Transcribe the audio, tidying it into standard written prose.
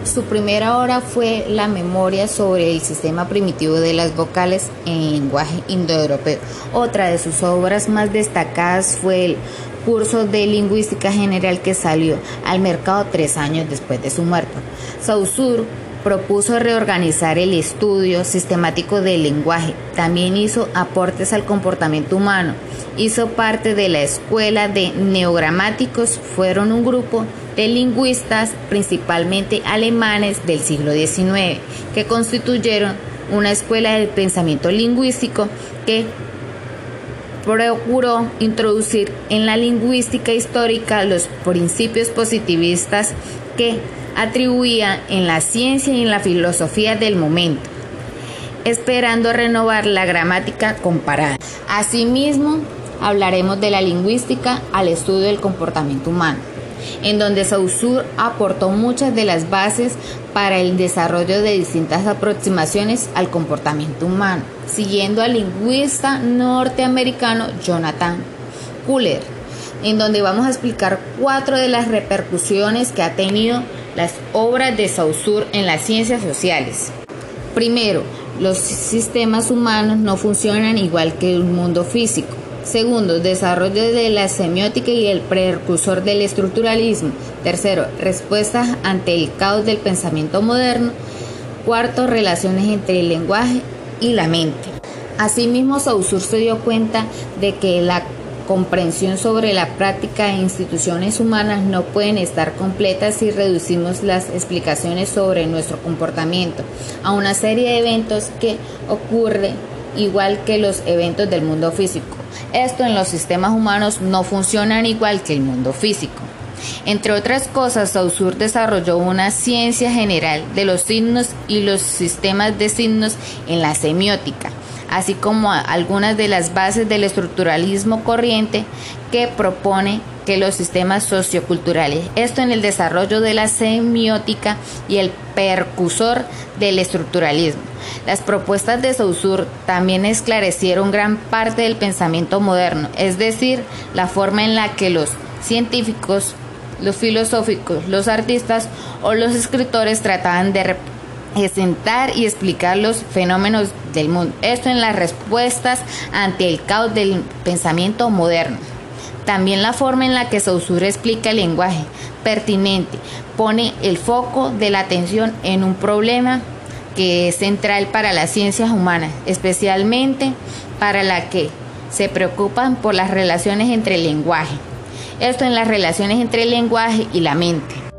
Su primera obra fue la memoria sobre el sistema primitivo de las vocales en lenguaje indoeuropeo. Otra de sus obras más destacadas fue el curso de lingüística general que salió al mercado 3 años después de su muerte. Saussure propuso reorganizar el estudio sistemático del lenguaje. También hizo aportes al comportamiento humano. Hizo parte de la escuela de neogramáticos. Fueron un grupo de lingüistas, principalmente alemanes del siglo XIX, que constituyeron una escuela de pensamiento lingüístico que procuró introducir en la lingüística histórica los principios positivistas que atribuía en la ciencia y en la filosofía del momento, esperando renovar la gramática comparada. Asimismo, hablaremos de la lingüística al estudio del comportamiento humano, en donde Saussure aportó muchas de las bases para el desarrollo de distintas aproximaciones al comportamiento humano, siguiendo al lingüista norteamericano Jonathan Fuller, en donde vamos a explicar 4 de las repercusiones que ha tenido las obras de Saussure en las ciencias sociales. Primero, los sistemas humanos no funcionan igual que el mundo físico. Segundo, desarrollo de la semiótica y el precursor del estructuralismo. Tercero, respuestas ante el caos del pensamiento moderno. Cuarto, relaciones entre el lenguaje y la mente. Asimismo, Saussure se dio cuenta de que la comprensión sobre la práctica de instituciones humanas no pueden estar completas si reducimos las explicaciones sobre nuestro comportamiento a una serie de eventos que ocurren igual que los eventos del mundo físico. Esto en los sistemas humanos no funcionan igual que el mundo físico. Entre otras cosas, Saussure desarrolló una ciencia general de los signos y los sistemas de signos en la semiótica, así como algunas de las bases del estructuralismo corriente que propone que los sistemas socioculturales, esto en el desarrollo de la semiótica y el precursor del estructuralismo. Las propuestas de Saussure también esclarecieron gran parte del pensamiento moderno, es decir, la forma en la que los científicos, los filósofos, los artistas o los escritores trataban de presentar y explicar los fenómenos del mundo, esto en las respuestas ante el caos del pensamiento moderno. También la forma en la que Saussure explica el lenguaje pertinente pone el foco de la atención en un problema que es central para las ciencias humanas, especialmente para las que se preocupan por las relaciones entre el lenguaje, esto en las relaciones entre el lenguaje y la mente.